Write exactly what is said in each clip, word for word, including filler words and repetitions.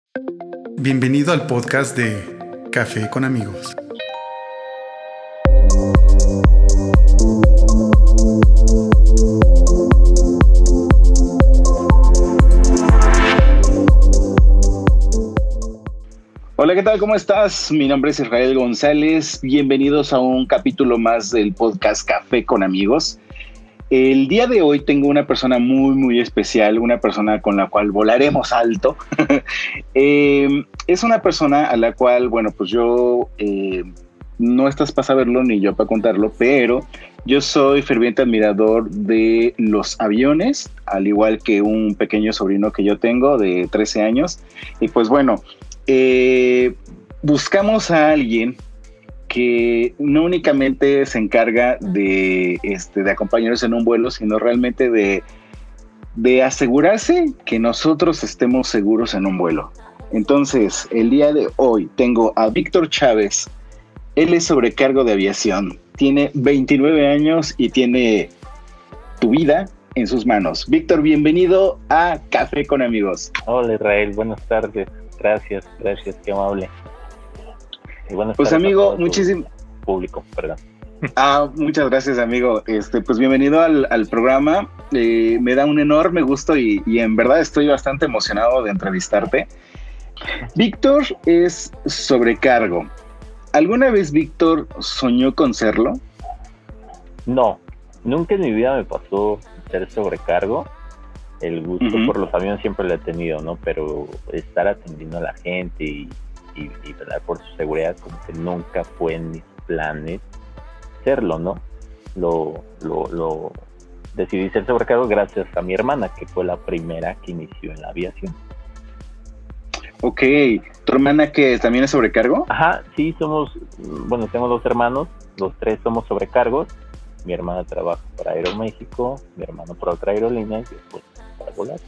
Bienvenido al podcast de Café con Amigos. Hola, ¿qué tal? ¿Cómo estás? Mi nombre es Israel González. Bienvenidos a un capítulo más del podcast Café con Amigos. El día de hoy tengo una persona muy, muy especial, una persona con la cual volaremos alto. eh, es una persona a la cual, bueno, pues yo, eh, no estás para saberlo ni yo para contarlo, pero yo soy ferviente admirador de los aviones, al igual que un pequeño sobrino que yo tengo de trece años. Y pues bueno, eh, buscamos a alguien que no únicamente se encarga de, este, de acompañarnos en un vuelo, sino realmente de, de asegurarse que nosotros estemos seguros en un vuelo. Entonces, el día de hoy tengo a Víctor Chávez. Él es sobrecargo de aviación, tiene veintinueve años y tiene tu vida en sus manos. Víctor, bienvenido a Café con Amigos. Hola Israel, buenas tardes. Gracias, gracias, qué amable. Y buenas pues tardes amigo, muchísimo público, perdón. Ah, muchas gracias, amigo. Este, pues bienvenido al, al programa. Eh, me da un enorme gusto y, y en verdad estoy bastante emocionado de entrevistarte. Víctor es sobrecargo. ¿Alguna vez Víctor soñó con serlo? No, nunca en mi vida me pasó ser sobrecargo. El gusto uh-huh. por los aviones siempre lo he tenido, ¿no? Pero estar atendiendo a la gente y, y, y velar por su seguridad, como que nunca fue en mis planes serlo, ¿no? Lo, lo, lo decidí ser sobrecargo gracias a mi hermana, que fue la primera que inició en la aviación. Ok, ¿tu hermana que también es sobrecargo? Ajá, sí, somos, bueno, tengo dos hermanos, los tres somos sobrecargos. Mi hermana trabaja para Aeroméxico, mi hermano para otra aerolínea y después para Volaris.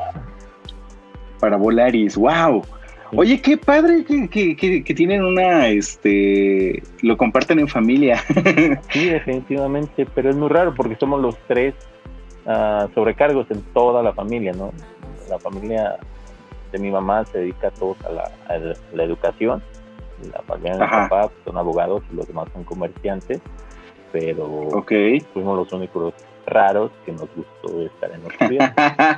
Para Volaris, wow. Sí. Oye, qué padre que, que, que, que tienen una, este, lo comparten en familia. Sí, definitivamente, pero es muy raro porque somos los tres uh, sobrecargos en toda la familia, ¿no? La familia de mi mamá se dedica a todos a la, a la educación, la familia de mi papá son abogados y los demás son comerciantes, pero okay. fuimos los únicos raros que nos gustó estar en los aviones.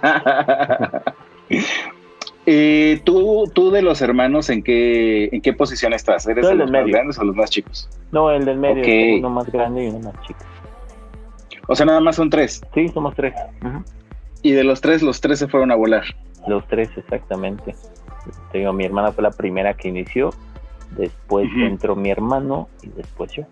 eh, ¿tú, ¿Tú de los hermanos en qué, en qué posición estás? ¿Eres no, de los más medio. grandes o los más chicos? No, el del medio, okay. uno más grande y uno más chico. O sea, nada más son tres. Sí, somos tres. Uh-huh. Y de los tres, los tres se fueron a volar. Los tres, exactamente. Te digo, mi hermana fue la primera que inició, después uh-huh. entró mi hermano y después yo.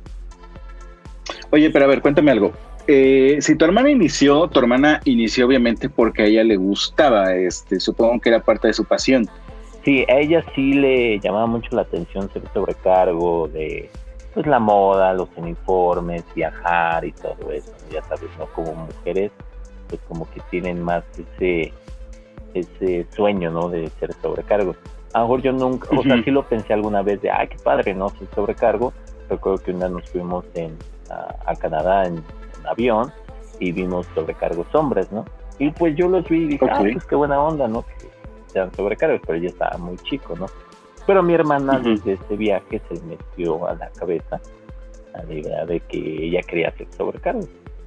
Oye, pero a ver, cuéntame algo. Eh, si tu hermana inició, tu hermana inició obviamente porque a ella le gustaba, este, supongo que era parte de su pasión. Sí, a ella sí le llamaba mucho la atención ser sobrecargo de, pues, la moda, los uniformes, viajar y todo eso. Ya sabes, ¿no? Como mujeres, pues como que tienen más ese, ese sueño, ¿no? De ser sobrecargo. A lo mejor yo nunca, uh-huh. o sea, sí lo pensé alguna vez de, ay, qué padre, ¿no? Ser sobrecargo. Recuerdo que una vez nos fuimos en, a, a Canadá en, en avión y vimos sobrecargos hombres, ¿no? Y pues yo los vi y dije, okay. ah, pues qué buena onda, ¿no? Que sean sobrecargos, pero yo estaba muy chico, ¿no? Pero mi hermana uh-huh. desde ese viaje se le metió a la cabeza a la idea de que ella quería ser sobrecargo.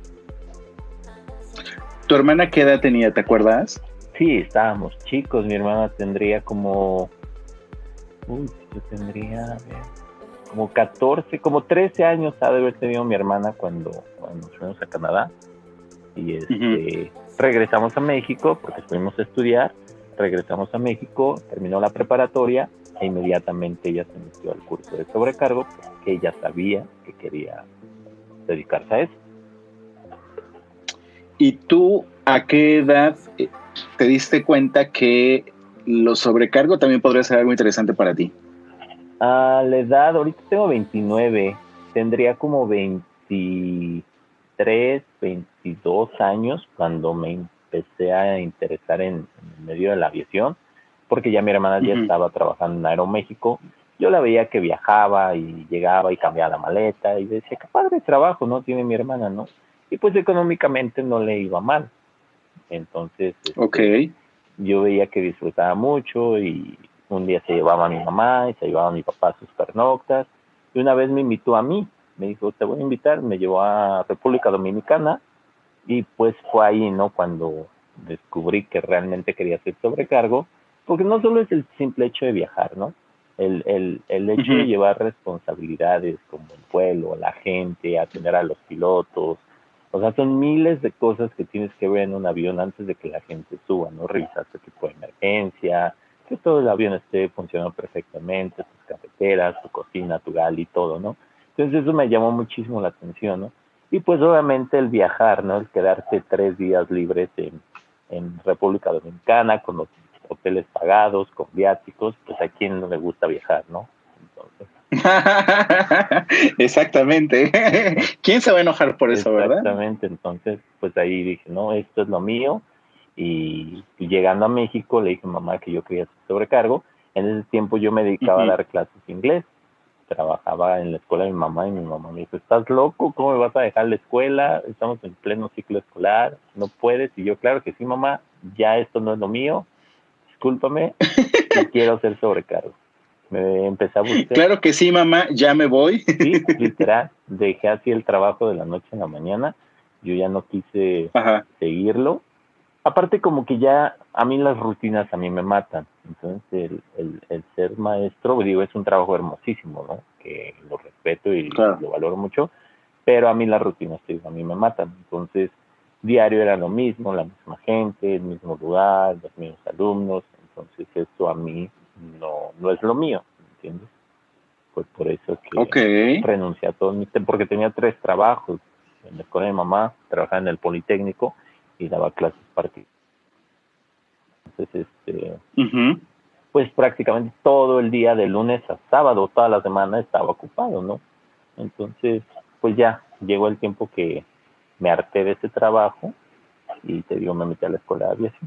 ¿Tu hermana qué edad tenía, te acuerdas? Sí, estábamos chicos, mi hermana tendría como, uy, yo tendría, a ver, como catorce, como trece años ha de haber tenido mi hermana cuando, cuando nos fuimos a Canadá. Y este, uh-huh. regresamos a México porque fuimos a estudiar, regresamos a México, terminó la preparatoria e inmediatamente ella se metió al curso de sobrecargo porque ella sabía que quería dedicarse a eso. ¿Y tú a qué edad te diste cuenta que lo sobrecargo también podría ser algo interesante para ti? A la edad, ahorita tengo veintinueve, tendría como veintitrés, veintidós años cuando me empecé a interesar en, en el medio de la aviación, porque ya mi hermana uh-huh. ya estaba trabajando en Aeroméxico. Yo la veía que viajaba y llegaba y cambiaba la maleta y decía, qué padre trabajo, ¿no? Tiene mi hermana, ¿no? Y pues económicamente no le iba mal. Entonces, okay. este, yo veía que disfrutaba mucho y un día se llevaba a mi mamá y se llevaba a mi papá a sus pernoctas y una vez me invitó a mí, me dijo, te voy a invitar, me llevó a República Dominicana y pues fue ahí, ¿no? Cuando descubrí que realmente quería hacer sobrecargo, porque no solo es el simple hecho de viajar, ¿no? El, el, el hecho uh-huh. de llevar responsabilidades como el vuelo, la gente, atender a los pilotos, o sea, son miles de cosas que tienes que ver en un avión antes de que la gente suba, ¿no? Revisar tu equipo de emergencia, que todo el avión esté funcionando perfectamente, tus cafeteras, tu cocina, tu galley, todo, ¿no? Entonces eso me llamó muchísimo la atención, ¿no? Y pues obviamente el viajar, ¿no? El quedarte tres días libres en, en República Dominicana con los hoteles pagados, con viáticos, pues a quién no le gusta viajar, ¿no? Entonces... Exactamente. ¿Quién se va a enojar por eso, verdad? Exactamente, entonces pues ahí dije, no, esto es lo mío. Y, y llegando a México le dije a mamá que yo quería hacer sobrecargo. En ese tiempo yo me dedicaba uh-huh. a dar clases de inglés. Trabajaba en la escuela de mi mamá y mi mamá me dijo, ¿estás loco? ¿Cómo me vas a dejar la escuela? Estamos en pleno ciclo escolar, no puedes. Y yo, claro que sí, mamá, ya esto no es lo mío, discúlpame, y quiero hacer sobrecargo. Me empecé a buscar. Claro que sí, mamá, ya me voy. Sí, literal, dejé así el trabajo de la noche a la mañana, yo ya no quise Ajá. seguirlo. Aparte como que ya a mí las rutinas a mí me matan, entonces el, el, el ser maestro, digo, es un trabajo hermosísimo, ¿no? Que lo respeto y claro. lo valoro mucho, pero a mí las rutinas, digo, a mí me matan, entonces diario era lo mismo, la misma gente, el mismo lugar, los mismos alumnos, entonces eso a mí no, no es lo mío, ¿entiendes? Pues por eso que okay. renuncié a todo, porque tenía tres trabajos, en la escuela de mi mamá, trabajaba en el Politécnico, y daba clases particulares. Entonces, este, uh-huh. pues prácticamente todo el día, de lunes a sábado, toda la semana estaba ocupado, ¿no? Entonces, pues ya, llegó el tiempo que me harté de ese trabajo y te digo, me metí a la escuela de aviación.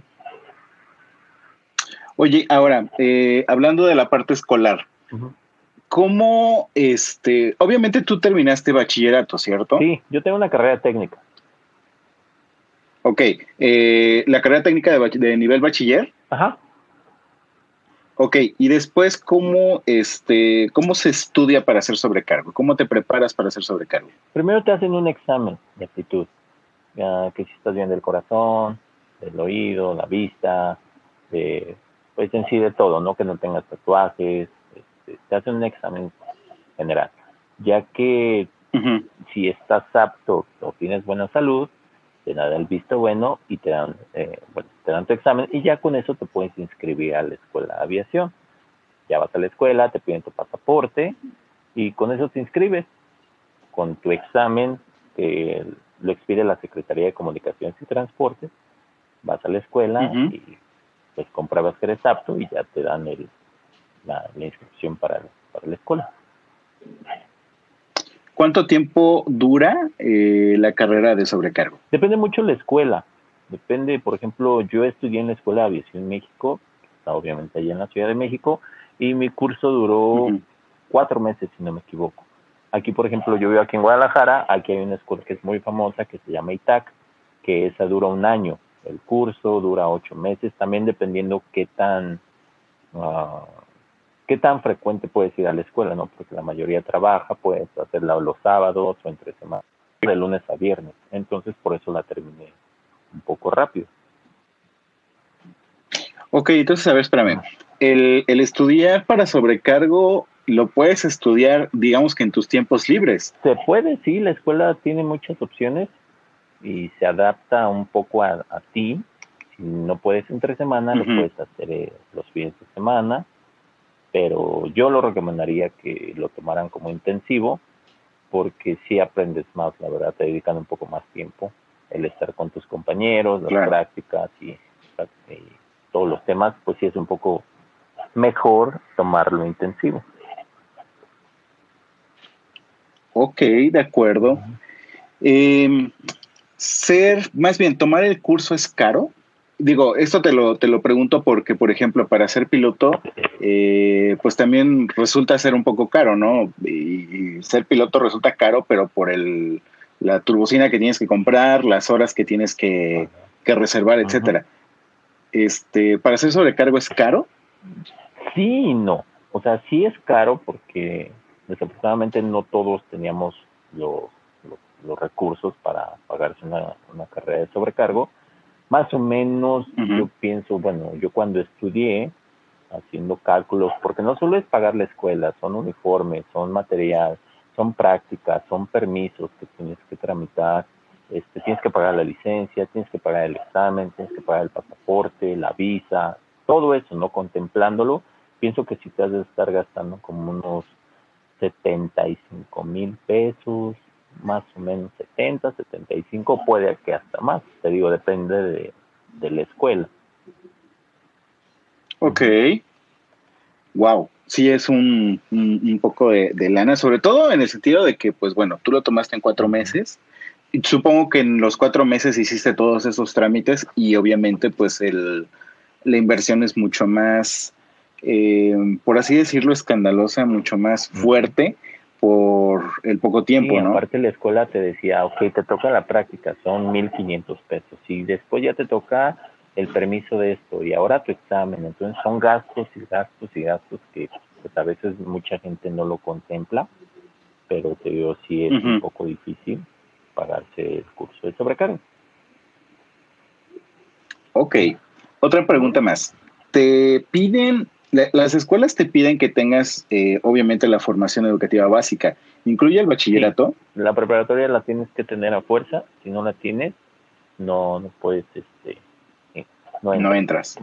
Oye, ahora, eh, hablando de la parte escolar, uh-huh. ¿cómo, este, obviamente tú terminaste bachillerato, ¿cierto? Sí, yo tengo una carrera técnica. Ok, eh, ¿la carrera técnica de, bach- de nivel bachiller? Ajá. Ok, y después, ¿cómo, este, ¿cómo se estudia para hacer sobrecargo? ¿Cómo te preparas para hacer sobrecargo? Primero te hacen un examen de aptitud, ya que si estás bien del corazón, del oído, la vista, de, pues en sí de todo, ¿no? Que no tengas tatuajes, este, te hacen un examen general, ya que uh-huh. si estás apto o tienes buena salud, te dan el visto bueno y te dan, eh, bueno, te dan tu examen y ya con eso te puedes inscribir a la escuela de aviación. Ya vas a la escuela, te piden tu pasaporte y con eso te inscribes. Con tu examen, que lo expide la Secretaría de Comunicaciones y Transportes, vas a la escuela uh-huh. y pues compruebas que eres apto y ya te dan el, la, la inscripción para, para la escuela. ¿Cuánto tiempo dura eh, la carrera de sobrecargo? Depende mucho de la escuela. Depende, por ejemplo, yo estudié en la Escuela de Aviación México, que está obviamente allá en la Ciudad de México, y mi curso duró uh-huh. cuatro meses, si no me equivoco. Aquí, por ejemplo, yo vivo aquí en Guadalajara, aquí hay una escuela que es muy famosa, que se llama I T A C, que esa dura un año. El curso dura ocho meses, también dependiendo qué tan... Uh, ¿Qué tan frecuente puedes ir a la escuela, no? Porque la mayoría trabaja, puedes hacerla los sábados o entre semanas, de lunes a viernes. Entonces, por eso la terminé un poco rápido. Ok, entonces, a ver, espérame. El, el estudiar para sobrecargo, ¿lo puedes estudiar, digamos que en tus tiempos libres? Se puede, sí. La escuela tiene muchas opciones y se adapta un poco a, a ti. Si no puedes entre semana, uh-huh. lo puedes hacer eh, los fines de semana. Pero yo lo recomendaría que lo tomaran como intensivo, porque sí aprendes más, la verdad, te dedican un poco más tiempo, el estar con tus compañeros, las claro. prácticas y, y todos los temas, pues sí es un poco mejor tomarlo intensivo. Ok, de acuerdo. Uh-huh. Eh, ser, más bien, tomar el curso es caro. Digo, esto te lo, te lo pregunto porque, por ejemplo, para ser piloto, eh, pues también resulta ser un poco caro, ¿no? Y, y ser piloto resulta caro, pero por el la turbocina que tienes que comprar, las horas que tienes que, que reservar, etcétera. Uh-huh. este, para hacer sobrecargo es caro. Sí y no. O sea, sí es caro porque desafortunadamente no todos teníamos los, los, los recursos para pagarse una, una carrera de sobrecargo. Más o menos, uh-huh. Yo pienso, bueno, yo cuando estudié, haciendo cálculos, porque no solo es pagar la escuela, son uniformes, son material, son prácticas, son permisos que tienes que tramitar, este, tienes que pagar la licencia, tienes que pagar el examen, tienes que pagar el pasaporte, la visa, todo eso, ¿no? Contemplándolo, pienso que si te has de estar gastando como unos setenta y cinco mil pesos, más o menos setenta, setenta y cinco, puede que hasta más, te digo, depende de, de la escuela. Ok. Wow, sí es un, un, un poco de, de lana, sobre todo en el sentido de que, pues bueno, tú lo tomaste en cuatro meses. Y supongo que en los cuatro meses hiciste todos esos trámites y obviamente pues el, la inversión es mucho más, eh, por así decirlo, escandalosa, mucho más fuerte por el poco tiempo, sí, ¿no? Aparte la escuela te decía, ok, te toca la práctica, son mil quinientos pesos y después ya te toca el permiso de esto y ahora tu examen, entonces son gastos y gastos y gastos que pues a veces mucha gente no lo contempla, pero te digo, sí es uh-huh. un poco difícil pagarse el curso de sobrecargo. Ok, otra pregunta más. Te piden, las escuelas te piden que tengas eh, obviamente la formación educativa básica, ¿incluye el bachillerato? Sí, la preparatoria la tienes que tener a fuerza, si no la tienes, no, no puedes, este, no entras. No entras.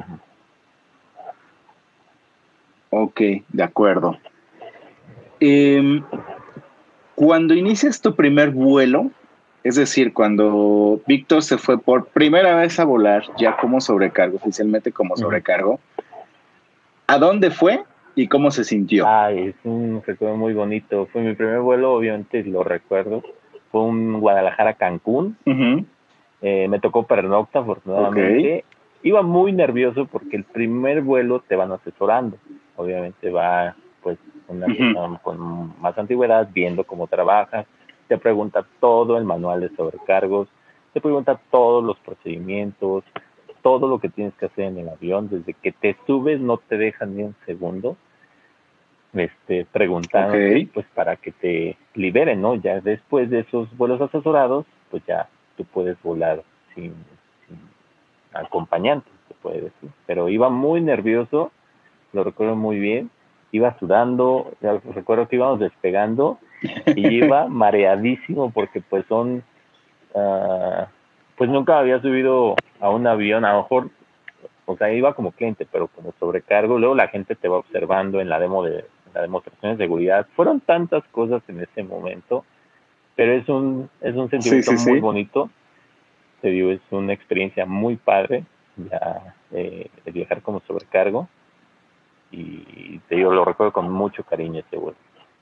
Uh-huh. Ok, de acuerdo. Eh, cuando inicias tu primer vuelo, es decir, cuando Víctor se fue por primera vez a volar, ya como sobrecargo, oficialmente como sobrecargo, ¿a dónde fue y cómo se sintió? Ay, es un recuerdo muy bonito. Fue mi primer vuelo, obviamente lo recuerdo. Fue un Guadalajara-Cancún. Uh-huh. Eh, me tocó pernocta, afortunadamente. Okay. Iba muy nervioso porque el primer vuelo te van asesorando. Obviamente va, pues, una uh-huh. persona con más antigüedad, viendo cómo trabajas. Te pregunta todo el manual de sobrecargos. Te pregunta todos los procedimientos, todo lo que tienes que hacer en el avión. Desde que te subes no te dejan ni un segundo. Este, preguntando, okay. Pues, para que te liberen, ¿no? Ya después de esos vuelos asesorados, pues ya tú puedes volar sin, sin acompañante, se puede decir. Pero iba muy nervioso, lo recuerdo muy bien, iba sudando, recuerdo que íbamos despegando y iba mareadísimo porque pues son, uh, pues nunca había subido a un avión, a lo mejor, o sea, iba como cliente, pero como sobrecargo, luego la gente te va observando en la demo de la demostración de seguridad. Fueron tantas cosas en ese momento, pero es un es un sentimiento sí, sí, muy sí. bonito. Te digo, es una experiencia muy padre ya, eh, de viajar como sobrecargo y te digo, lo recuerdo con mucho cariño ese vuelo.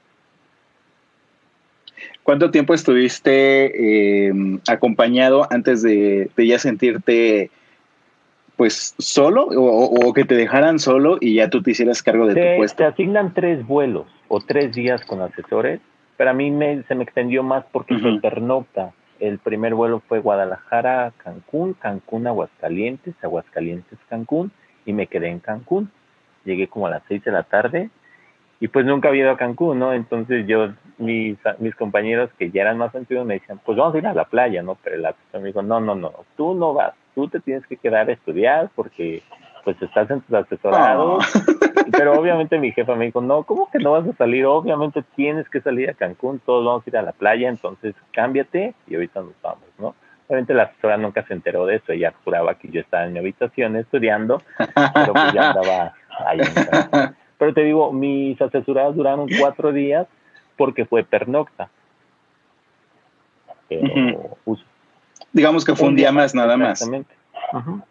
¿Cuánto tiempo estuviste eh, acompañado antes de, de ya sentirte pues solo o, o que te dejaran solo y ya tú te hicieras cargo de te, tu puesto? Te asignan tres vuelos o tres días con asesores, pero a mí me, se me extendió más porque uh-huh. fue pernocta. El primer vuelo fue Guadalajara, Cancún, Cancún, Aguascalientes, Aguascalientes, Cancún, y me quedé en Cancún. Llegué como a las seis de la tarde y pues nunca había ido a Cancún, ¿no? Entonces yo, mis, mis compañeros que ya eran más antiguos me decían, pues vamos a ir a la playa, ¿no? Pero el asesor me dijo, no, no, no, tú no vas, tú te tienes que quedar a estudiar porque pues estás en tus asesorados. Oh. Pero obviamente mi jefa me dijo, no, ¿cómo que no vas a salir? Obviamente tienes que salir a Cancún, todos vamos a ir a la playa, entonces cámbiate y ahorita nos vamos, ¿no? Obviamente la asesora nunca se enteró de eso, ella juraba que yo estaba en mi habitación estudiando, pero pues ya andaba ahí en casa. Pero te digo, mis asesoradas duraron cuatro días porque fue pernocta. Pero uh-huh. uso. Digamos que fue un, un día, día más, nada más. Exactamente. Uh-huh.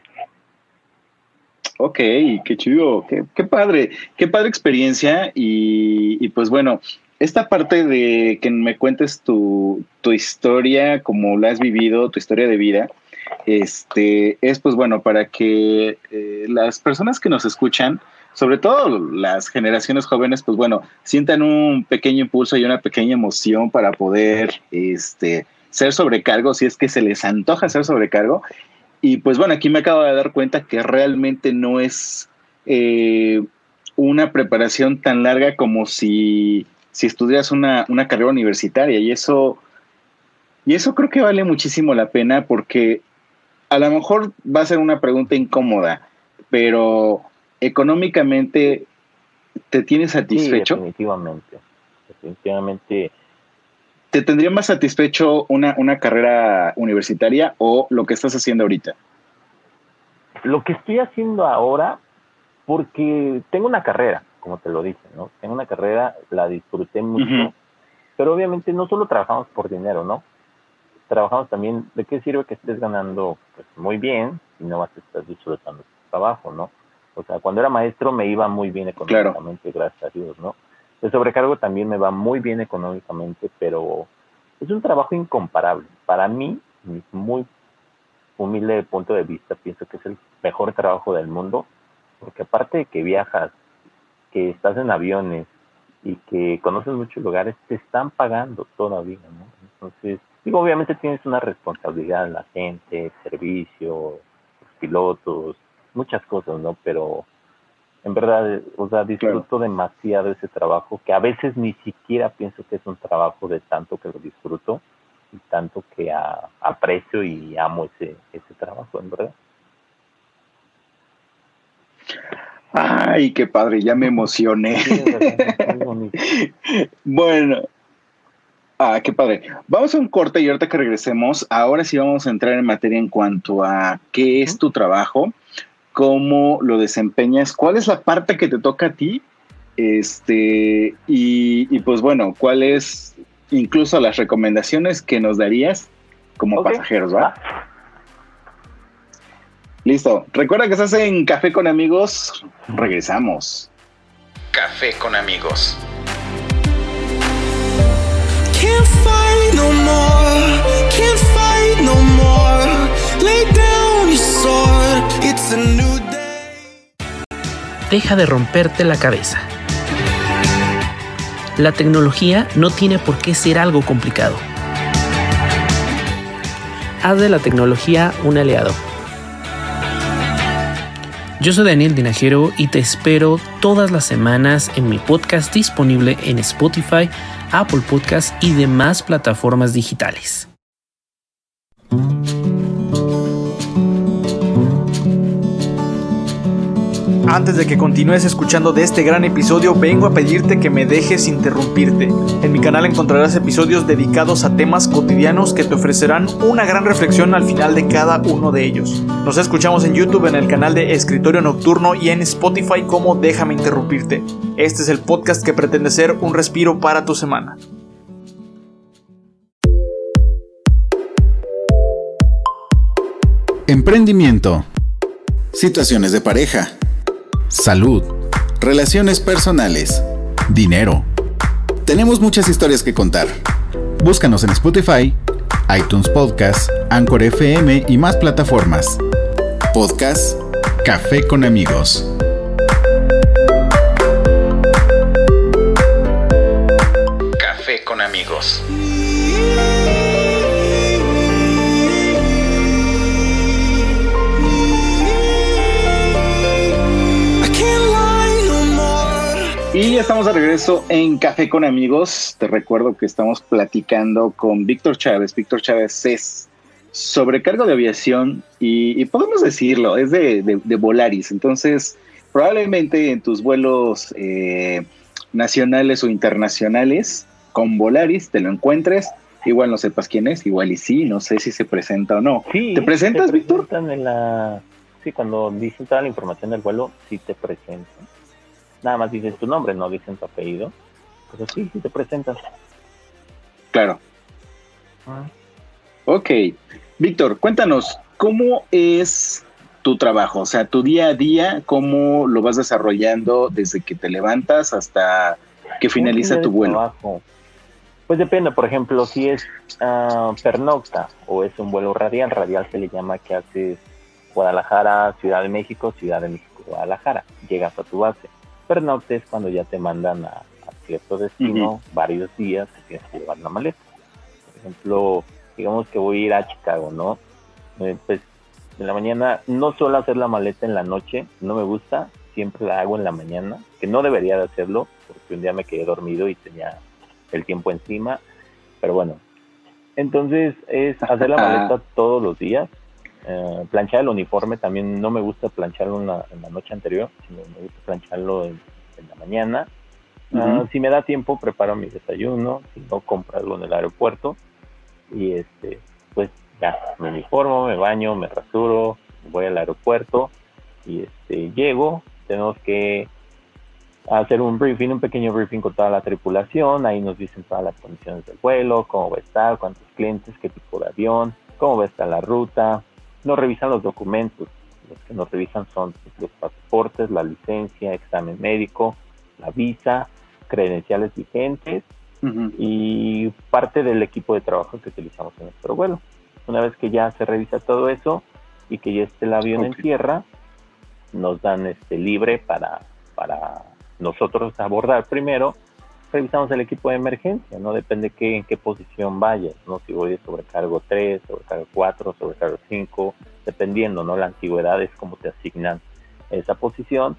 Ok, qué chido, qué, qué padre, qué padre experiencia y, y pues bueno, esta parte de que me cuentes tu, tu historia, como la has vivido, tu historia de vida, este, es pues bueno, para que eh, las personas que nos escuchan, sobre todo las generaciones jóvenes, pues bueno, sientan un pequeño impulso y una pequeña emoción para poder este, ser sobrecargo, si es que se les antoja ser sobrecargo. y pues bueno, aquí me acabo de dar cuenta que realmente no es eh, una preparación tan larga como si, si estudias una, una carrera universitaria, y eso, y eso creo que vale muchísimo la pena, porque a lo mejor va a ser una pregunta incómoda, pero económicamente, ¿te tienes satisfecho? Sí, definitivamente. Definitivamente. ¿Te tendría más satisfecho una, una carrera universitaria o lo que estás haciendo ahorita? Lo que estoy haciendo ahora, porque tengo una carrera, como te lo dije, ¿no? Tengo una carrera, la disfruté mucho, uh-huh. Pero obviamente no solo trabajamos por dinero, ¿no? Trabajamos también, ¿de qué sirve que estés ganando pues, muy bien si no vas a estar disfrutando tu trabajo, ¿no? O sea, cuando era maestro me iba muy bien económicamente, claro. Gracias a Dios, ¿no? El sobrecargo también me va muy bien económicamente, pero es un trabajo incomparable. Para mí, mi muy humilde punto de vista, pienso que es el mejor trabajo del mundo, porque aparte de que viajas, que estás en aviones y que conoces muchos lugares, te están pagando todavía, ¿no? Entonces, digo, obviamente tienes una responsabilidad en la gente, servicio, los pilotos, muchas cosas, ¿no? Pero en verdad, o sea, disfruto claro. demasiado ese trabajo, que a veces ni siquiera pienso que es un trabajo de tanto que lo disfruto y tanto que a, aprecio y amo ese, ese trabajo, en verdad. Ay, qué padre, ya me emocioné. Sí, es verdad, es muy bonito. Bueno, ah, qué padre. Vamos a un corte y ahorita que regresemos, ahora sí vamos a entrar en materia en cuanto a qué es tu trabajo, cómo lo desempeñas, cuál es la parte que te toca a ti, este, y, y pues bueno, cuáles incluso las recomendaciones que nos darías como okay. pasajeros, ¿va? Ah. Listo. Recuerda que estás en Café con Amigos. Regresamos. Café con Amigos. Can't fight no more. Can't fight no more. Lay down your sword. It's a new day. Deja de romperte la cabeza. La tecnología no tiene por qué ser algo complicado. Haz de la tecnología un aliado. Yo soy Daniel Dinajero y te espero todas las semanas en mi podcast disponible en Spotify, Apple Podcasts y demás plataformas digitales. Antes de que continúes escuchando de este gran episodio, vengo a pedirte que me dejes interrumpirte. En mi canal encontrarás episodios dedicados a temas cotidianos que te ofrecerán una gran reflexión al final de cada uno de ellos. Nos escuchamos en YouTube en el canal de Escritorio Nocturno y en Spotify como Déjame Interrumpirte. Este es el podcast que pretende ser un respiro para tu semana. Emprendimiento. Situaciones de pareja. Salud, relaciones personales, dinero. Tenemos muchas historias que contar. Búscanos en Spotify, iTunes Podcast, Anchor F M y más plataformas. Podcast Café con Amigos. Café con Amigos. Y ya estamos de regreso en Café con Amigos. Te recuerdo que estamos platicando con Víctor Chávez. Víctor Chávez es sobrecargo de aviación y, y podemos decirlo, es de, de, de Volaris. Entonces, probablemente en tus vuelos eh, nacionales o internacionales con Volaris te lo encuentres. Igual no sepas quién es, igual y sí, no sé si se presenta o no. Sí, ¿te presentas, Víctor? En la... Sí, cuando dicen toda la información del vuelo, sí te presentan. Nada más dicen tu nombre, no dicen tu apellido. Pero sí, sí te presentas. Claro. Ah. Ok. Víctor, cuéntanos, ¿cómo es tu trabajo? O sea, tu día a día, ¿cómo lo vas desarrollando desde que te levantas hasta que finaliza tu vuelo? Trabajo? Pues depende, por ejemplo, si es uh, pernocta o es un vuelo radial. Radial se le llama que haces Guadalajara, Ciudad de México, Ciudad de México, Guadalajara. Llegas a tu base. Pernocte es cuando ya te mandan a, a cierto destino, uh-huh. varios días, que tienes que llevar la maleta. Por ejemplo, digamos que voy a ir a Chicago, ¿no? Eh, pues En la mañana no suelo hacer la maleta en la noche, no me gusta, siempre la hago en la mañana, que no debería de hacerlo, porque un día me quedé dormido y tenía el tiempo encima, pero bueno. Entonces es hacer la maleta todos los días, eh, planchar el uniforme, también no me gusta plancharlo en la, en la noche anterior, sino me gusta plancharlo en, en la mañana. Uh-huh. Uh, si me da tiempo, preparo mi desayuno, si no, compro algo en el aeropuerto, y este, pues ya, me uniformo, me baño, me rasuro, voy al aeropuerto, y este, llego, tenemos que hacer un briefing, un pequeño briefing con toda la tripulación, ahí nos dicen todas las condiciones del vuelo, cómo va a estar, cuántos clientes, qué tipo de avión, cómo va a estar la ruta, nos revisan los documentos, los que nos revisan son los pasaportes, la licencia, examen médico, la visa, credenciales vigentes, uh-huh, y parte del equipo de trabajo que utilizamos en nuestro vuelo. Una vez que ya se revisa todo eso y que ya esté el avión okay. en tierra, nos dan este libre para, para nosotros abordar primero. Revisamos el equipo de emergencia, no depende qué, en qué posición vayas, no si voy de sobrecargo tres, sobrecargo cuatro, sobrecargo cinco, dependiendo, ¿no? La antigüedad es como te asignan esa posición.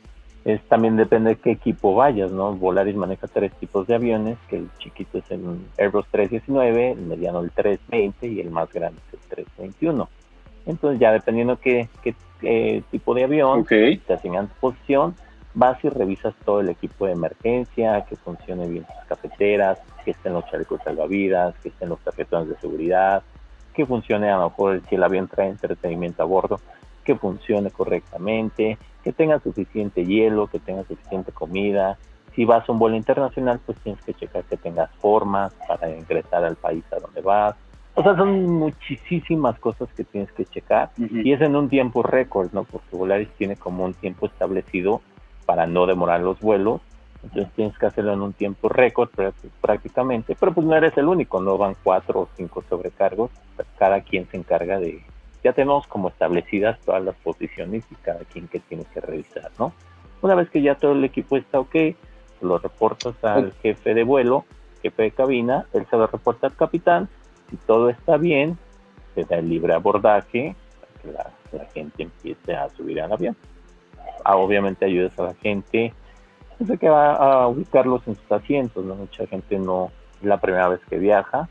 Es, también depende de qué equipo vayas, ¿no? Volaris maneja tres tipos de aviones, que el chiquito es el Airbus trescientos diecinueve, el mediano el trescientos veinte y el más grande es el trescientos veintiuno. Entonces ya dependiendo qué, qué, qué tipo de avión okay. te asignan tu posición, vas y revisas todo el equipo de emergencia, que funcione bien sus cafeteras, que estén los chalecos salvavidas, que estén los tarjetones de seguridad, que funcione a lo mejor si el avión trae entretenimiento a bordo, que funcione correctamente, que tenga suficiente hielo, que tenga suficiente comida. Si vas a un vuelo internacional, pues tienes que checar que tengas formas para ingresar al país a donde vas. O sea, son muchísimas cosas que tienes que checar, uh-huh. y es en un tiempo récord, ¿no? Porque Volaris tiene como un tiempo establecido para no demorar los vuelos, entonces tienes que hacerlo en un tiempo récord prácticamente, pero pues no eres el único, no van cuatro o cinco sobrecargos, cada quien se encarga de, ya tenemos como establecidas todas las posiciones y cada quien que tiene que revisar, ¿no? Una vez que ya todo el equipo está ok, lo reportas al jefe de vuelo, jefe de cabina, él se lo reporta al capitán, si todo está bien, se da el libre abordaje para que la, la gente empiece a subir al avión. Ah, obviamente ayudas a la gente desde que va a ubicarlos en sus asientos, ¿no? Mucha gente no es la primera vez que viaja,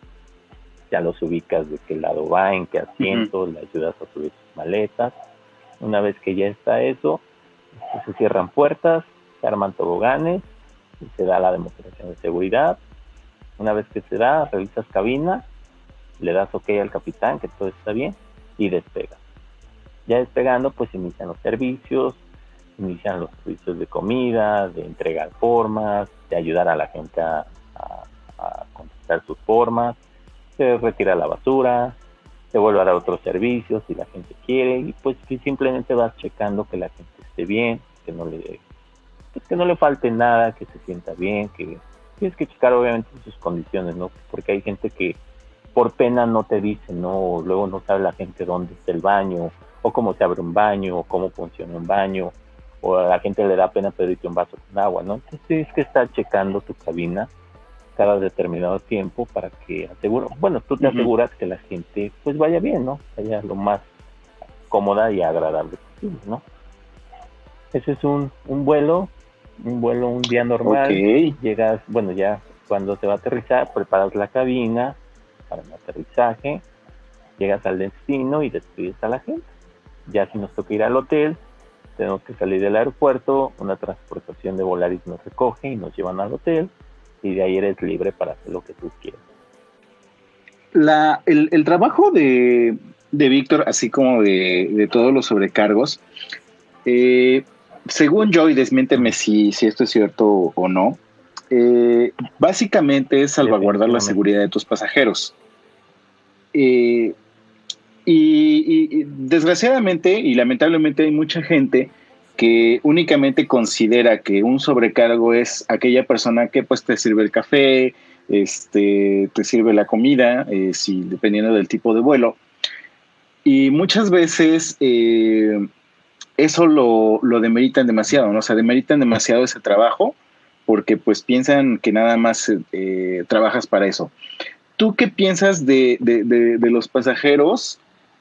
ya los ubicas de qué lado va, en qué asiento, uh-huh. le ayudas a subir sus maletas. Una vez que ya está eso, se cierran puertas, se arman toboganes y se da la demostración de seguridad. Una vez que se da, revisas cabina, le das ok al capitán que todo está bien y despegas. Ya despegando, pues inician los servicios, inician los servicios de comida, de entregar formas, de ayudar a la gente a, a, a contestar sus formas, se retira la basura, se vuelve a dar otros servicios si la gente quiere, y pues simplemente vas checando que la gente esté bien, que no le, pues que no le falte nada, que se sienta bien, que tienes que checar obviamente sus condiciones, ¿no? Porque hay gente que por pena no te dice, ¿no? Luego no sabe la gente dónde está el baño, o cómo se abre un baño, o cómo funciona un baño, o a la gente le da pena pedirte un vaso con agua, ¿no? Entonces tienes que estar checando tu cabina cada determinado tiempo para que aseguro, bueno, tú te aseguras uh-huh. que la gente pues vaya bien, ¿no? Vaya lo más cómoda y agradable posible, ¿no? Ese es un, un vuelo, un vuelo un día normal, okay. Llegas, bueno, ya cuando se va a aterrizar, preparas la cabina para el aterrizaje, llegas al destino y despides a la gente. Ya si nos toca ir al hotel, tenemos que salir del aeropuerto, una transportación de Volaris nos recoge y nos llevan al hotel, y de ahí eres libre para hacer lo que tú quieras. La, el, el trabajo de, de Víctor, así como de, de todos los sobrecargos, eh, según yo, y desmiénteme si, si esto es cierto o no, eh, básicamente es salvaguardar la seguridad de tus pasajeros. Eh, y, y desgraciadamente y lamentablemente hay mucha gente que únicamente considera que un sobrecargo es aquella persona que pues te sirve el café, este, te sirve la comida, eh, si, dependiendo del tipo de vuelo. Y muchas veces eh, eso lo, lo demeritan demasiado, ¿no? O sea, demeritan demasiado ese trabajo porque pues piensan que nada más eh, trabajas para eso. ¿Tú qué piensas de, de, de, de los pasajeros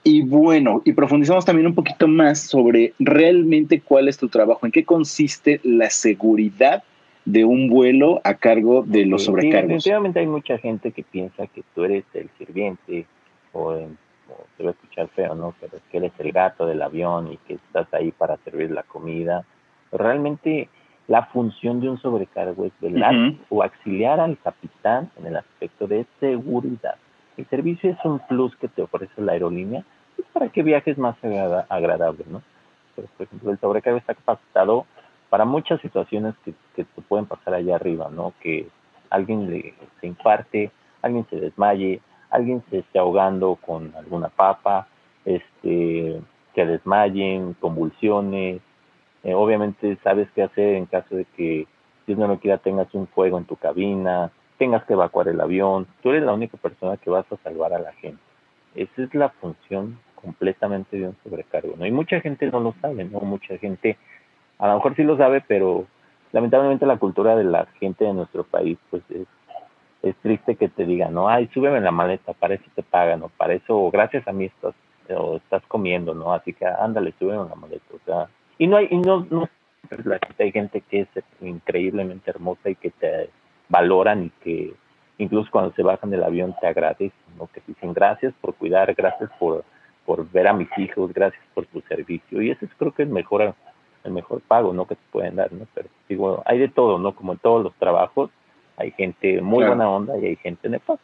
Y bueno, y profundizamos también un poquito más sobre realmente cuál es tu trabajo, en qué consiste la seguridad de un vuelo a cargo de los Sí, sobrecargos. definitivamente hay mucha gente que piensa que tú eres el sirviente, o, en- o se va a escuchar feo, ¿no? Pero que eres el gato del avión y que estás ahí para servir la comida. Realmente la función de un sobrecargo es velar Ujú. o auxiliar al capitán en el aspecto de seguridad. El servicio es un plus que te ofrece la aerolínea pues, para que viajes más agrada- agradable, ¿no? Pero, por ejemplo, el sobrecargo está capacitado para muchas situaciones que, que te pueden pasar allá arriba, ¿no? Que alguien le, se infarte, alguien se desmaye, alguien se esté ahogando con alguna papa, este, que desmayen, convulsiones. Eh, obviamente sabes qué hacer en caso de que, Dios no lo quiera, tengas un fuego en tu cabina, tengas que evacuar el avión. Tú eres la única persona que vas a salvar a la gente. Esa es la función completamente de un sobrecargo, ¿no? Y mucha gente no lo sabe, ¿no? Mucha gente a lo mejor sí lo sabe, pero lamentablemente la cultura de la gente de nuestro país, pues es, es triste que te digan, no, ay, súbeme en la maleta, para eso te pagan, o para eso, o gracias a mí estás, o estás comiendo, ¿no? Así que ándale, súbeme en la maleta, o sea, y no hay, y no, no, pues, la gente- hay gente que es increíblemente hermosa y que te valoran y que incluso cuando se bajan del avión te agradecen, ¿no? Que dicen gracias por cuidar, gracias por, por ver a mis hijos, gracias por tu servicio, y eso es, creo que es mejor el mejor pago, ¿no? Que te pueden dar, ¿no? Pero digo, hay de todo, ¿no? Como en todos los trabajos, hay gente muy Claro. buena onda y hay gente nefasta.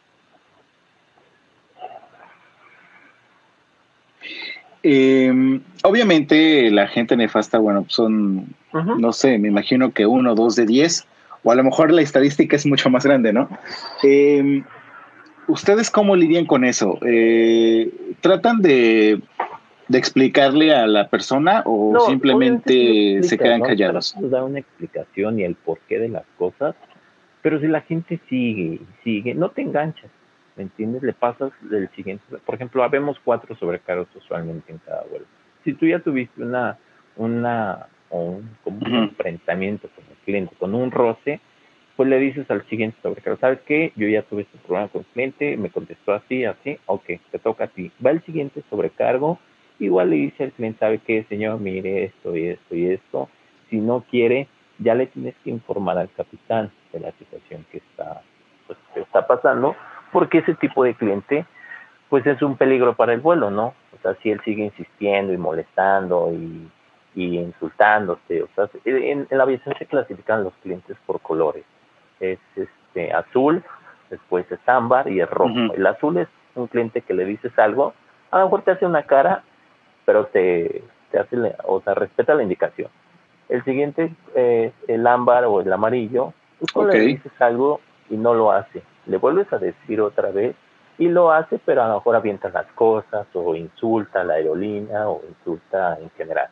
Eh, obviamente la gente nefasta, bueno, son, Uh-huh. no sé, me imagino que uno, dos de diez, o a lo mejor la estadística es mucho más grande, ¿no? Eh, ¿Ustedes cómo lidian con eso? Eh, ¿Tratan de, de explicarle a la persona o No, obviamente sí lo simplemente se explicas, quedan ¿no? callados? Tratas de dar una explicación y el porqué de las cosas, pero si la gente sigue y sigue, no te enganchas, ¿me entiendes? Le pasas del siguiente, por ejemplo, habemos cuatro sobrecargos usualmente en cada vuelo. Si tú ya tuviste una, una, o un, como un Ujú. enfrentamiento con el cliente, con un roce, pues le dices al siguiente sobrecargo, ¿sabes qué? Yo ya tuve este problema con el cliente, me contestó así, así, ok, te toca a ti. Va el siguiente sobrecargo, igual le dice al cliente, ¿sabe qué, señor? Mire esto y esto y esto. Si no quiere, ya le tienes que informar al capitán de la situación que está, pues, que está pasando, porque ese tipo de cliente, pues es un peligro para el vuelo, ¿no? O sea, si él sigue insistiendo y molestando y, y insultándose, o sea, en, en la aviación se clasifican los clientes por colores. Es este azul, después es ámbar y es rojo. Ujú. El azul es un cliente que le dices algo, a lo mejor te hace una cara, pero te, te hace, o sea, respeta la indicación. El siguiente, eh, el ámbar o el amarillo, tú Ok. le dices algo y no lo hace. Le vuelves a decir otra vez y lo hace, pero a lo mejor avienta las cosas o insulta a la aerolínea o insulta en general.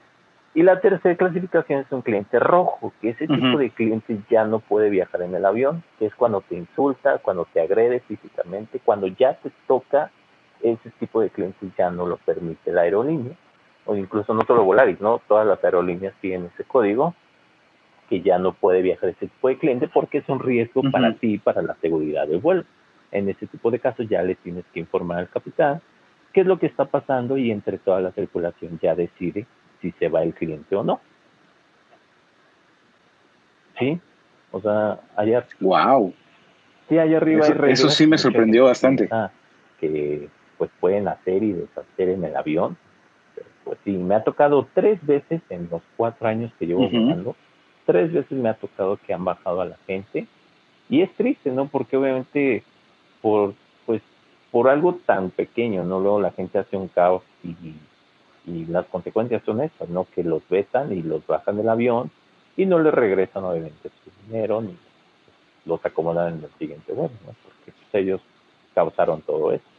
Y la tercera clasificación es un cliente rojo, que ese tipo Ujú. de cliente ya no puede viajar en el avión, que es cuando te insulta, cuando te agrede físicamente, cuando ya te toca, ese tipo de clientes ya no lo permite la aerolínea, o incluso no solo Volaris, ¿no? Todas las aerolíneas tienen ese código, que ya no puede viajar ese tipo de cliente porque es un riesgo Ujú. para ti y para la seguridad del vuelo. En ese tipo de casos ya le tienes que informar al capitán qué es lo que está pasando y entre toda la circulación ya decide si se va el cliente o no. ¿Sí? O sea, allá, Wow. sí, allá arriba hay Eso, reglas. eso sí me Mucha sorprendió gente bastante. piensa que pues pueden hacer y deshacer en el avión. Pero, pues sí, me ha tocado tres veces en los cuatro años que llevo Ujú. volando, tres veces me ha tocado que han bajado a la gente. Y es triste, ¿no? Porque obviamente por pues por algo tan pequeño, ¿no? Luego la gente hace un caos y, y las consecuencias son estas, ¿no? Que los vetan y los bajan del avión y no les regresan obviamente su dinero ni los acomodan en el siguiente vuelo, ¿no? Porque pues, ellos causaron todo eso.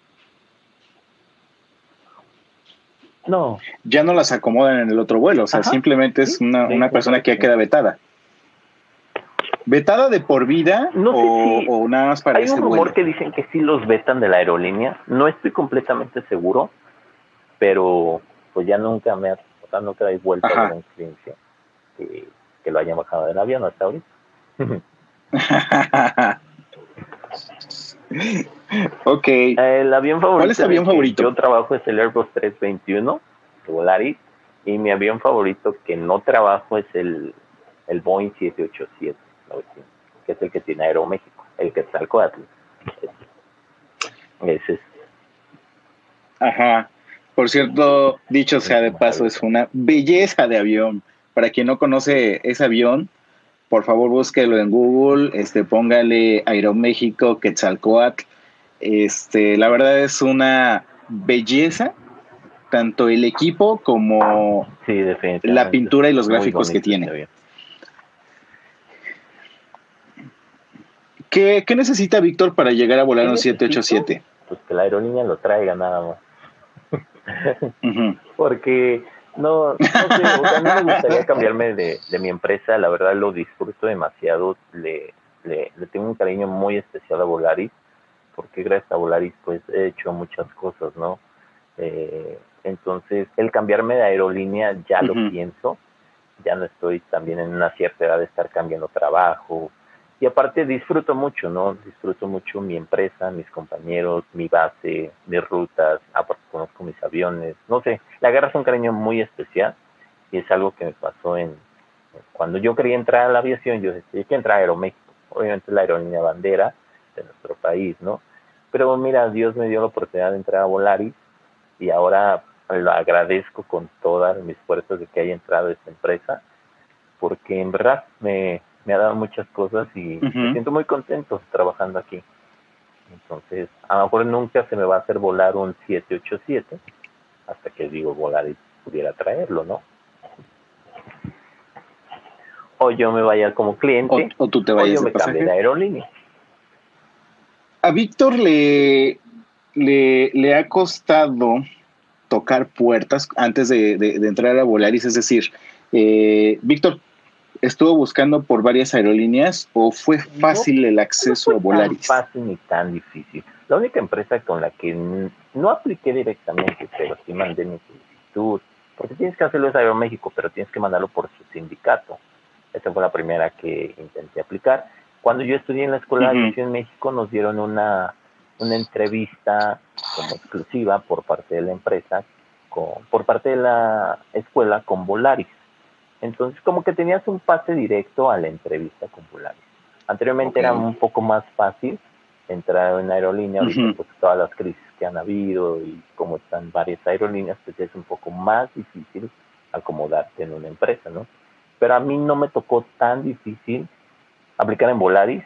No, Ya no las acomodan en el otro vuelo, o sea, ajá, simplemente sí, es una, de una persona que ya inmediato. queda vetada. ¿Vetada de por vida No sé o, si o nada más para hay ese un rumor vuelo? que dicen que sí los vetan de la aerolínea, no estoy completamente seguro, pero pues ya nunca me ha, o sea, nunca he vuelto a ver Ajá. un cliente que, que lo hayan bajado del avión hasta ahorita. Ok. El avión favorito. ¿Cuál es tu avión favorito? Yo trabajo es el Airbus trescientos veintiuno de Volaris, y mi avión favorito que no trabajo es el, el Boeing siete ochenta y siete, que es el que tiene Aeroméxico, el Quetzalcóatl. Ese es. Ajá. Por cierto, dicho sea de paso, es una belleza de avión. Para quien no conoce ese avión, por favor búsquelo en Google, este, póngale Aeroméxico Quetzalcóatl. Este, la verdad es una belleza, tanto el equipo como sí, la pintura y los gráficos que tiene. ¿Qué, ¿Qué necesita Víctor para llegar a volar un siete ochenta y siete? Pues que la aerolínea lo traiga nada más. Uh-huh. Porque no, no sé, o sea, a mí me gustaría cambiarme de, de mi empresa, la verdad lo disfruto demasiado, le, le, le tengo un cariño muy especial a Volaris, porque gracias a Volaris pues he hecho muchas cosas, ¿no? Eh, entonces el cambiarme de aerolínea ya uh-huh. lo pienso, ya no estoy también en una cierta edad de estar cambiando trabajo, y aparte disfruto mucho, ¿no? Disfruto mucho mi empresa, mis compañeros, mi base, mis rutas, aparte conozco mis aviones, no sé, le agarras un cariño muy especial, y es algo que me pasó en, cuando yo quería entrar a la aviación, yo decía, hay que entrar a Aeroméxico, obviamente la aerolínea bandera de nuestro país, ¿no? Pero mira, Dios me dio la oportunidad de entrar a Volaris, y ahora lo agradezco con todas mis fuerzas de que haya entrado a esta empresa, porque en verdad me... me ha dado muchas cosas y uh-huh. me siento muy contento trabajando aquí. Entonces, a lo mejor nunca se me va a hacer volar un siete ochenta y siete, hasta que digo volar y pudiera traerlo, ¿no? O yo me vaya como cliente, o, o tú te vayas o yo me cambie de aerolínea. A Víctor le, le, le ha costado tocar puertas antes de, de, de entrar a Volaris, es decir, eh, Víctor, ¿estuvo buscando por varias aerolíneas o fue fácil no, el acceso no fue a Volaris? Tan fácil ni tan difícil. La única empresa con la que no apliqué directamente, pero sí mandé mi solicitud, porque tienes que hacerlo es Aeroméxico, pero tienes que mandarlo por su sindicato. Esa fue la primera que intenté aplicar. Cuando yo estudié en la Escuela uh-huh. de Aviación en México, nos dieron una, una entrevista como exclusiva por parte de la empresa, con, por parte de la escuela con Volaris. Entonces, como que tenías un pase directo a la entrevista con Volaris. Anteriormente okay. era un poco más fácil entrar en aerolínea, ahorita uh-huh. pues todas las crisis que han habido y como están varias aerolíneas, pues es un poco más difícil acomodarte en una empresa, ¿no? Pero a mí no me tocó tan difícil aplicar en Volaris.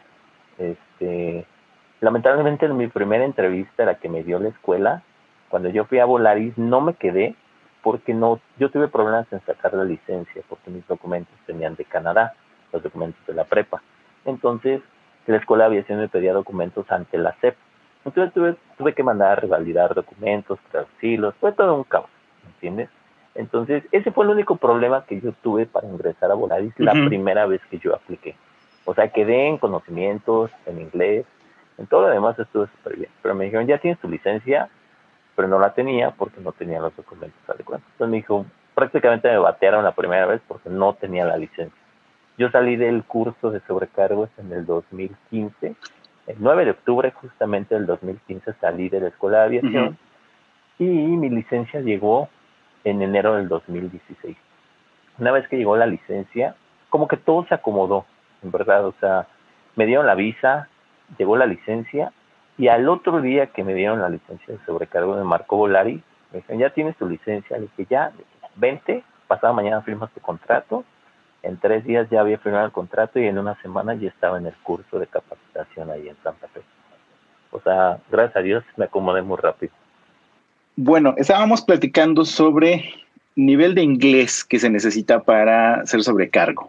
Este, lamentablemente en mi primera entrevista, la que me dio la escuela, cuando yo fui a Volaris no me quedé, porque no, yo tuve problemas en sacar la licencia, porque mis documentos venían de Canadá, los documentos de la prepa. Entonces, la Escuela de Aviación me pedía documentos ante la S E P. Entonces tuve, tuve que mandar a revalidar documentos, traducirlos, fue todo un caos, ¿entiendes? Entonces, ese fue el único problema que yo tuve para ingresar a Volaris uh-huh. la primera vez que yo apliqué. O sea, quedé en conocimientos, en inglés, en todo lo demás estuve súper bien. Pero me dijeron, ya tienes tu licencia, pero no la tenía porque no tenía los documentos adecuados. Entonces me dijo, prácticamente me batearon la primera vez porque no tenía la licencia. Yo salí del curso de sobrecargos en el dos mil quince, el nueve de octubre justamente del dos mil quince salí de la Escuela de Aviación uh-huh. y mi licencia llegó en enero del dos mil dieciséis. Una vez que llegó la licencia, como que todo se acomodó, en verdad, o sea, me dieron la visa, llegó la licencia, y al otro día que me dieron la licencia de sobrecargo me marcó Volaris, me dijeron, ya tienes tu licencia, le dije, ya, vente, pasado mañana firmas tu contrato, en tres días ya había firmado el contrato y en una semana ya estaba en el curso de capacitación ahí en Santa Fe. O sea, gracias a Dios me acomodé muy rápido. Bueno, estábamos platicando sobre nivel de inglés que se necesita para ser sobrecargo.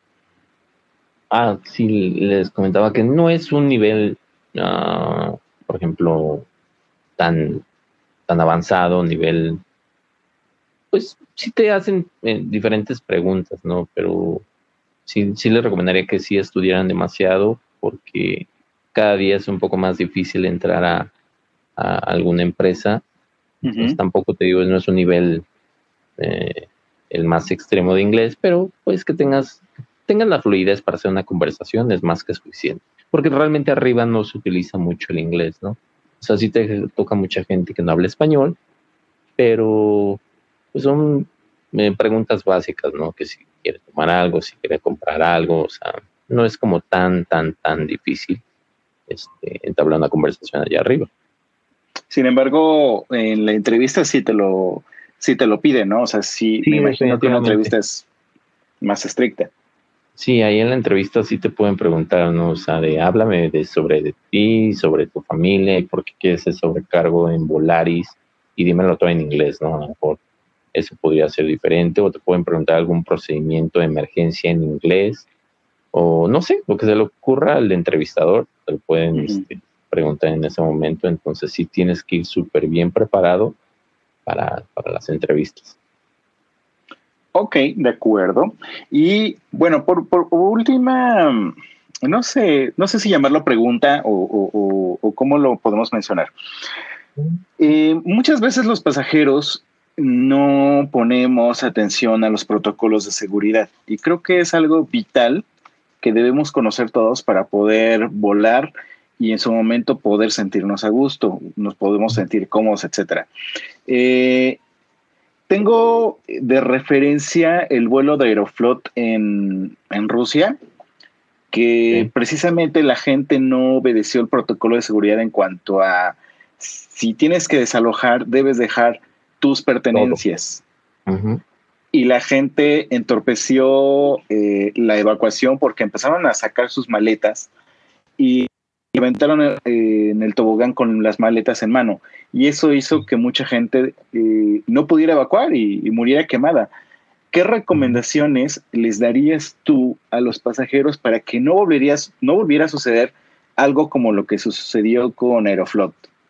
Ah, sí, les comentaba que no es un nivel, uh, por ejemplo, tan, tan avanzado, nivel, pues sí te hacen eh, diferentes preguntas, ¿no? Pero sí, sí les recomendaría que sí estudiaran demasiado porque cada día es un poco más difícil entrar a, a alguna empresa. Entonces, uh-huh. tampoco te digo, no es un nivel eh, el más extremo de inglés, pero pues que tengas, tengas la fluidez para hacer una conversación es más que suficiente. porque realmente arriba no se utiliza mucho el inglés, ¿no? O sea, sí te toca mucha gente que no habla español, pero pues son eh, preguntas básicas, ¿no? Que si quiere tomar algo, si quiere comprar algo, o sea, no es como tan, tan, tan difícil este, entablar una conversación allá arriba. Sin embargo, en la entrevista sí te lo, sí te lo piden, ¿no? O sea, sí, Sí, me imagino que una definitivamente. entrevista es más estricta. Sí, ahí en la entrevista sí te pueden preguntar, ¿no? O sea, de háblame de, sobre de ti, sobre tu familia y por qué quieres ser sobrecargo en Volaris y dímelo todo en inglés, ¿no? A lo mejor eso podría ser diferente, o te pueden preguntar algún procedimiento de emergencia en inglés, o no sé, lo que se le ocurra al entrevistador, te lo pueden Ujú. este, preguntar en ese momento. Entonces sí tienes que ir súper bien preparado para, para las entrevistas. Ok, de acuerdo. Y bueno, por, por última, no sé, no sé si llamarlo pregunta o, o, o, o cómo lo podemos mencionar. Eh, muchas veces los pasajeros no ponemos atención a los protocolos de seguridad y creo que es algo vital que debemos conocer todos para poder volar y en su momento poder sentirnos a gusto, nos podemos sentir cómodos, etcétera. Eh, tengo de referencia el vuelo de Aeroflot en, en Rusia, que Sí. precisamente la gente no obedeció el protocolo de seguridad en cuanto a si tienes que desalojar, debes dejar tus pertenencias. Ujú. Y la gente entorpeció eh, la evacuación porque empezaron a sacar sus maletas y aventaron eh, en el tobogán con las maletas en mano. Y eso hizo que mucha gente eh, no pudiera evacuar y, y muriera quemada. ¿Qué recomendaciones les darías tú a los pasajeros para que no, volverías, no volviera a suceder algo como lo que sucedió con Aeroflot?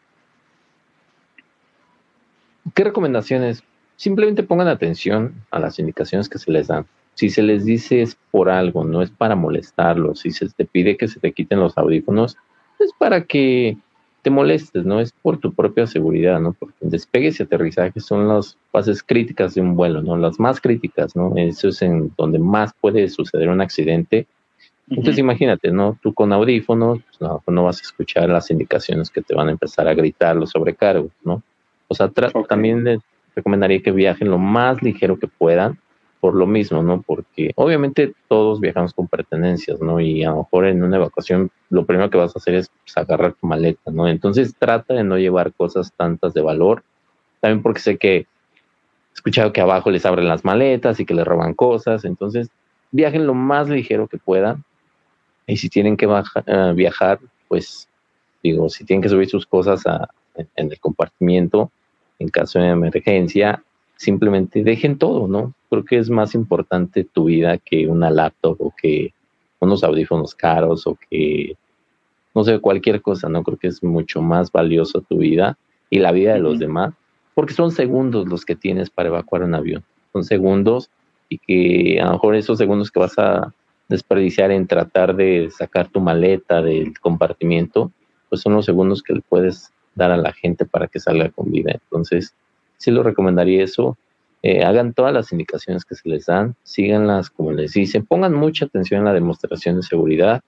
¿Qué recomendaciones? Simplemente pongan atención a las indicaciones que se les dan. Si se les dice es por algo, no es para molestarlos. Si se te pide que se te quiten los audífonos, es para que te molestes, ¿no? Es por tu propia seguridad, ¿no? Porque despegues y aterrizajes son las fases críticas de un vuelo, ¿no? Las más críticas, ¿no? Eso es en donde más puede suceder un accidente. Entonces Uh-huh. imagínate, ¿no? Tú con audífonos, pues no, no vas a escuchar las indicaciones que te van a empezar a gritar los sobrecargos, ¿no? O sea, tra- Okay. también les recomendaría que viajen lo más ligero que puedan, por lo mismo, ¿no? Porque obviamente todos viajamos con pertenencias, ¿no? Y a lo mejor en una evacuación lo primero que vas a hacer es pues, agarrar tu maleta, ¿no? Entonces trata de no llevar cosas tantas de valor, también porque sé que he escuchado que abajo les abren las maletas y que les roban cosas, entonces viajen lo más ligero que puedan. Y si tienen que baja, uh, viajar, pues digo, si tienen que subir sus cosas a, en, en el compartimiento, en caso de emergencia, simplemente dejen todo, ¿no? Creo que es más importante tu vida que una laptop o que unos audífonos caros o que, no sé, cualquier cosa, ¿no? Creo que es mucho más valioso tu vida y la vida de los Uh-huh. demás, porque son segundos los que tienes para evacuar un avión. Son segundos y que a lo mejor esos segundos que vas a desperdiciar en tratar de sacar tu maleta del compartimiento, pues son los segundos que le puedes dar a la gente para que salga con vida. Entonces, sí lo recomendaría eso. Eh, hagan todas las indicaciones que se les dan, síganlas como les dicen, pongan mucha atención en la demostración de seguridad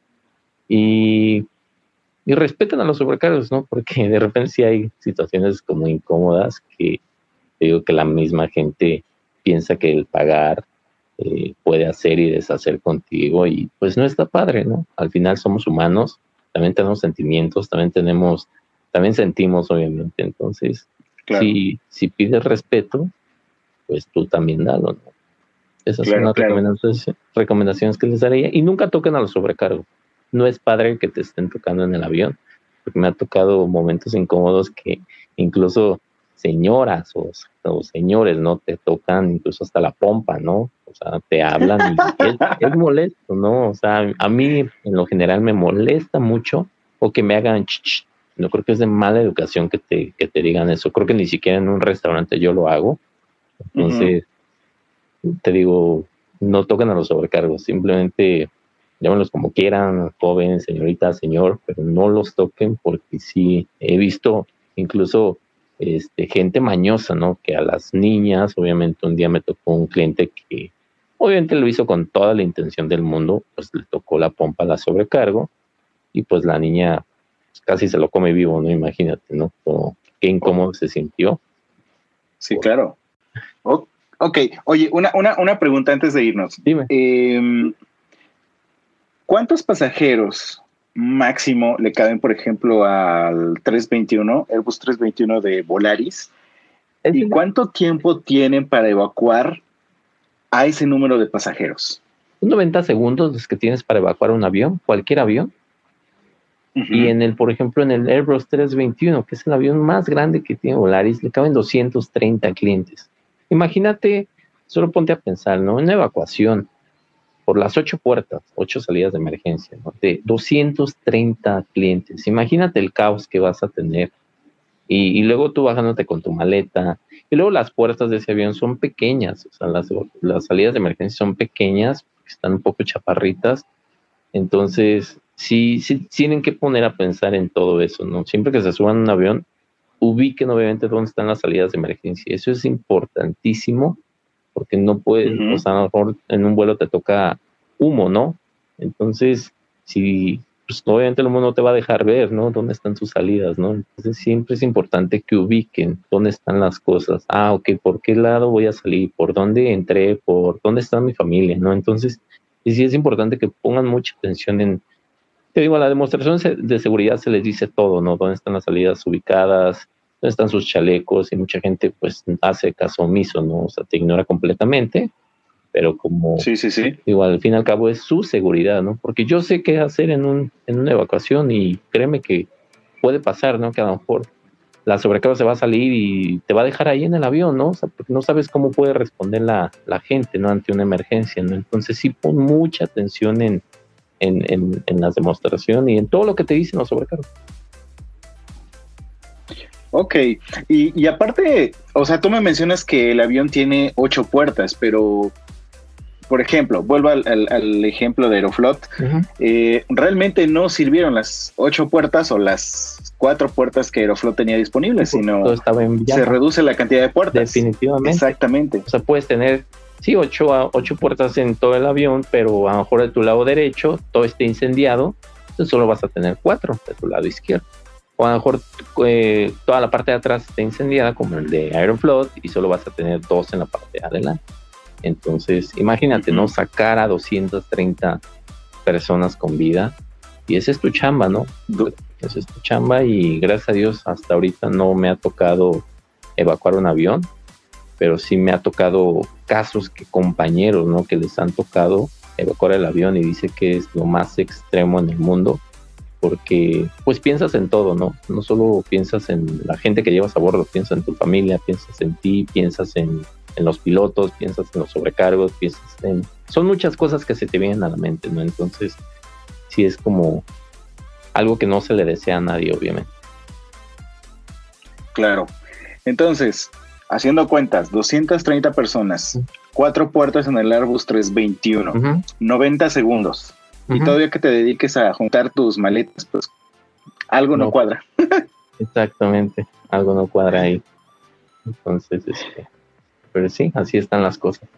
y, y respeten a los sobrecargos, ¿no? Porque de repente sí hay situaciones como incómodas que digo que la misma gente piensa que el pagar Eh, puede hacer y deshacer contigo y pues no está padre, ¿no? Al final somos humanos, también tenemos sentimientos, también tenemos, también sentimos obviamente, entonces Claro. si, si pides respeto, pues tú también dalo, ¿no? Esas Claro, son las claro. recomendaciones, recomendaciones que les daría y nunca toquen a los sobrecargos. No es padre que te estén tocando en el avión, porque me ha tocado momentos incómodos que incluso señoras o, o señores, ¿no? Te tocan incluso hasta la pompa, ¿no? O sea, te hablan y es, es molesto, ¿no? O sea, a mí en lo general me molesta mucho o que me hagan ch, ch. No creo que es de mala educación que te, que te digan eso. Creo que ni siquiera en un restaurante yo lo hago. Entonces, uh-huh. te digo, no toquen a los sobrecargos, simplemente llámenlos como quieran, joven, señorita, señor, pero no los toquen porque sí he visto incluso este, gente mañosa, ¿no? Que a las niñas, obviamente un día me tocó un cliente que obviamente lo hizo con toda la intención del mundo, pues le tocó la pompa a la sobrecargo y pues la niña casi se lo come vivo, ¿no? Imagínate, ¿no? Como, qué incómodo se sintió. Sí, claro. O, ok, oye, una, una, una pregunta antes de irnos. Dime. Eh, ¿Cuántos pasajeros máximo le caben, por ejemplo, al trescientos veintiuno, Airbus trescientos veintiuno de Volaris? ¿Y cuánto tiempo tienen para evacuar a ese número de pasajeros? noventa segundos los que tienes para evacuar un avión, cualquier avión. Uh-huh. Y en el, por ejemplo, en el Airbus trescientos veintiuno, que es el avión más grande que tiene Volaris, le caben doscientos treinta clientes. Imagínate, solo ponte a pensar, ¿no? Una evacuación por las ocho puertas, ocho salidas de emergencia, ¿no? De doscientos treinta clientes. Imagínate el caos que vas a tener. Y, y luego tú bajándote con tu maleta. Y luego las puertas de ese avión son pequeñas. O sea, las, las salidas de emergencia son pequeñas, están un poco chaparritas. Entonces, sí, sí tienen que poner a pensar en todo eso, ¿no? Siempre que se suban a un avión, ubiquen obviamente dónde están las salidas de emergencia. Eso es importantísimo, porque no puedes, uh-huh. o sea, a lo mejor en un vuelo te toca humo, ¿no? Entonces, si, pues obviamente el humo no te va a dejar ver, ¿no? Dónde están sus salidas, ¿no? Entonces siempre es importante que ubiquen dónde están las cosas. Ah, ok, ¿por qué lado voy a salir? ¿Por dónde entré? ¿Por dónde está mi familia? ¿No? Entonces, y sí es importante que pongan mucha atención en, te digo, a la demostración de seguridad se les dice todo, ¿no? Dónde están las salidas ubicadas, dónde están sus chalecos, y mucha gente pues hace caso omiso, ¿no? O sea, te ignora completamente, pero como, sí, sí, sí. digo, al fin y al cabo es su seguridad, ¿no? Porque yo sé qué hacer en, un, en una evacuación y créeme que puede pasar, ¿no? Que a lo mejor la sobrecarga se va a salir y te va a dejar ahí en el avión, ¿no? O sea, porque no sabes cómo puede responder la, la gente, ¿no? Ante una emergencia, ¿no? Entonces sí pon mucha atención en, en, en, en las demostraciones y en todo lo que te dicen los sobrecargos. Ok, y, y aparte, o sea, tú me mencionas que el avión tiene ocho puertas, pero, por ejemplo, vuelvo al, al, al ejemplo de Aeroflot, uh-huh. eh, realmente no sirvieron las ocho puertas o las cuatro puertas que Aeroflot tenía disponibles, sí, sino se reduce la cantidad de puertas. Definitivamente. Exactamente. O sea, puedes tener, sí, ocho, ocho puertas en todo el avión, pero a lo mejor de tu lado derecho todo esté incendiado, entonces solo vas a tener cuatro de tu lado izquierdo. O a lo mejor eh, toda la parte de atrás está incendiada como el de Aeroflot y solo vas a tener dos en la parte de adelante. Entonces, imagínate, ¿no? Sacar a doscientas treinta personas con vida y esa es tu chamba, ¿no? Esa es tu chamba y gracias a Dios hasta ahorita no me ha tocado evacuar un avión, pero sí me ha tocado casos que compañeros, ¿no? Que les han tocado evacuar el avión y dice que es lo más extremo en el mundo. Porque pues piensas en todo, ¿no? No solo piensas en la gente que llevas a bordo, piensas en tu familia, piensas en ti, piensas en, en los pilotos, piensas en los sobrecargos, piensas en... Son muchas cosas que se te vienen a la mente, ¿no? Entonces, sí es como algo que no se le desea a nadie, obviamente. Claro. Entonces, haciendo cuentas, doscientas treinta personas, cuatro puertas en el Airbus trescientos veintiuno, uh-huh. noventa segundos. Y uh-huh. todavía que te dediques a juntar tus maletas, pues algo no, no cuadra. Exactamente, algo no cuadra ahí. Entonces, este, pero sí, así están las cosas.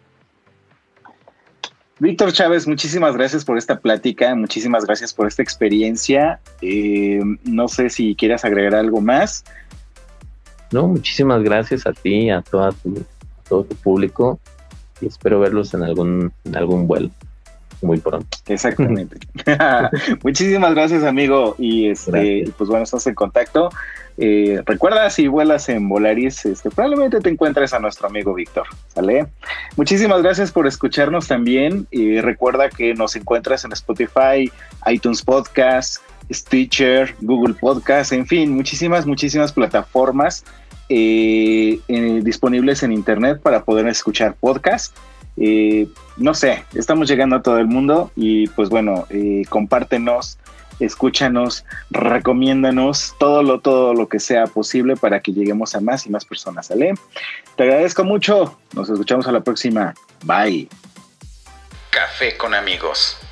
Víctor Chávez, muchísimas gracias por esta plática, muchísimas gracias por esta experiencia. Eh, no sé si quieras agregar algo más. No, muchísimas gracias a ti, a, toda tu, a todo tu público y espero verlos en algún, en algún vuelo. Muy pronto. Exactamente. Muchísimas gracias, amigo. Y este, pues bueno, estás en contacto. Eh, recuerda, si vuelas en Volaris, este, probablemente te encuentres a nuestro amigo Víctor. ¿Sale? Muchísimas gracias por escucharnos también. Y recuerda que nos encuentras en Spotify, iTunes Podcast, Stitcher, Google Podcast, en fin, muchísimas, muchísimas plataformas eh, eh, disponibles en internet para poder escuchar podcast. Eh, no sé, estamos llegando a todo el mundo y pues bueno, eh, compártenos, escúchanos, recomiéndanos todo lo, todo lo que sea posible para que lleguemos a más y más personas, ¿sale? Te agradezco mucho, nos escuchamos a la próxima, bye. Café con amigos.